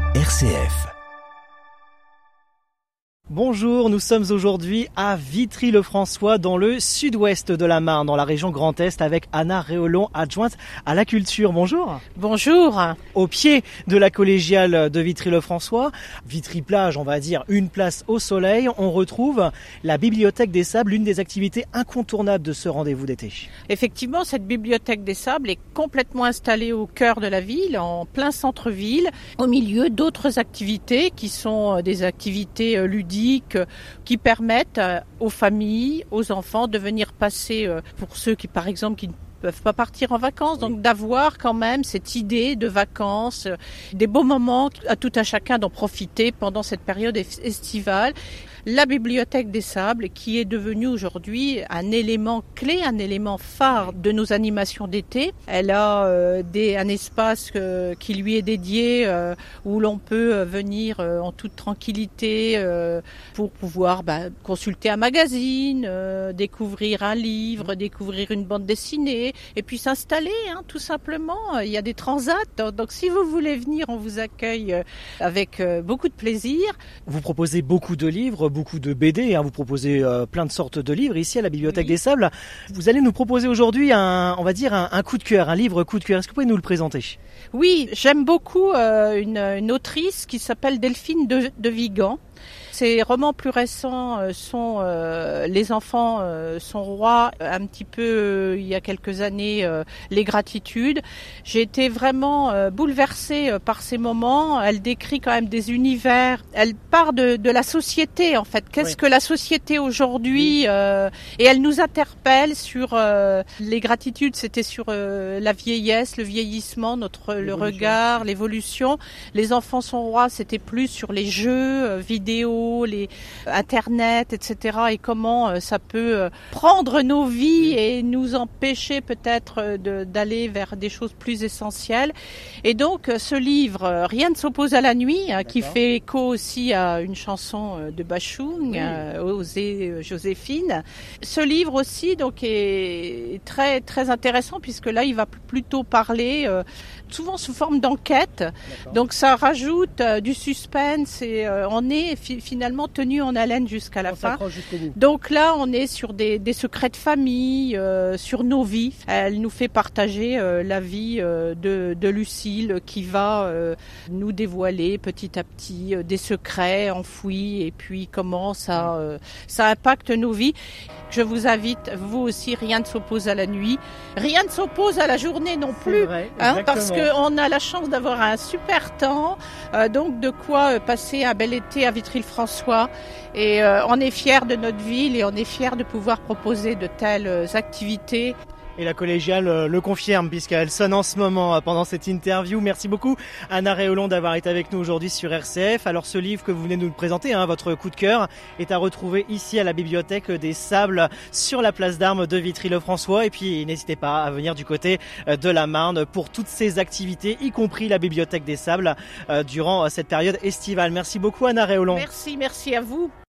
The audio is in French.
RCF. Bonjour, nous sommes aujourd'hui à Vitry-le-François dans le sud-ouest de la Marne, dans la région Grand Est, avec Anna Réolon, adjointe à la culture. Bonjour. Bonjour. Au pied de la collégiale de Vitry-le-François, Vitry-Plage, on va dire une place au soleil, on retrouve la Bibliothèque des Sables, l'une des activités incontournables de ce rendez-vous d'été. Effectivement, cette Bibliothèque des Sables est complètement installée au cœur de la ville, en plein centre-ville, au milieu d'autres activités qui sont des activités ludiques, qui permettent aux familles, aux enfants de venir passer, pour ceux qui par exemple qui ne peuvent pas partir en vacances, donc d'avoir quand même cette idée de vacances, des beaux moments à tout un chacun d'en profiter pendant cette période estivale. La Bibliothèque des Sables qui est devenue aujourd'hui un élément clé, un élément phare de nos animations d'été. Elle a un espace qui lui est dédié où l'on peut venir en toute tranquillité pour pouvoir consulter un magazine, découvrir un livre, découvrir une bande dessinée et puis s'installer tout simplement. Il y a des transats, donc si vous voulez venir, on vous accueille avec beaucoup de plaisir. Vous proposez beaucoup de livres, beaucoup de BD, vous proposez plein de sortes de livres ici à la Bibliothèque des Sables. Vous allez nous proposer aujourd'hui un coup de cœur, un livre coup de cœur. Est-ce que vous pouvez nous le présenter ? Oui, j'aime beaucoup une autrice qui s'appelle Delphine de Vigan. Ses romans plus récents sont Les enfants sont rois, un petit peu il y a quelques années Les gratitudes. J'ai été vraiment bouleversée par ces moments. Elle décrit quand même des univers. Elle part de la société en fait. Qu'est-ce que la société aujourd'hui et elle nous interpelle sur Les gratitudes, c'était sur la vieillesse, le vieillissement, le regard, l'évolution. Les enfants sont rois, c'était plus sur les jeux vidéo, les Internet, etc. et comment ça peut prendre nos vies et nous empêcher peut-être d'aller vers des choses plus essentielles. Et donc ce livre, Rien ne s'oppose à la nuit, qui fait écho aussi à une chanson de Bachung, Osez Joséphine. Ce livre aussi donc est très très intéressant puisque là il va plutôt parler souvent sous forme d'enquête. Donc ça rajoute du suspense et on est finalement tenu en haleine jusqu'à la fin. Donc là, on est sur des secrets de famille, sur nos vies. Elle nous fait partager la vie de Lucille qui va nous dévoiler petit à petit des secrets enfouis et puis comment ça impacte nos vies. Je vous invite, vous aussi, rien ne s'oppose à la nuit. Rien ne s'oppose à la journée non plus, parce qu'on a la chance d'avoir un super temps, donc de quoi passer un bel été à Vitry-le-François. Et on est fiers de notre ville et on est fiers de pouvoir proposer de telles activités. Et la collégiale le confirme puisqu'elle sonne en ce moment pendant cette interview. Merci beaucoup Anna Réolon d'avoir été avec nous aujourd'hui sur RCF. Alors ce livre que vous venez de nous présenter, votre coup de cœur, est à retrouver ici à la Bibliothèque des Sables sur la place d'Armes de Vitry-le-François. Et puis n'hésitez pas à venir du côté de la Marne pour toutes ces activités, y compris la Bibliothèque des Sables durant cette période estivale. Merci beaucoup Anna Réolon. Merci à vous.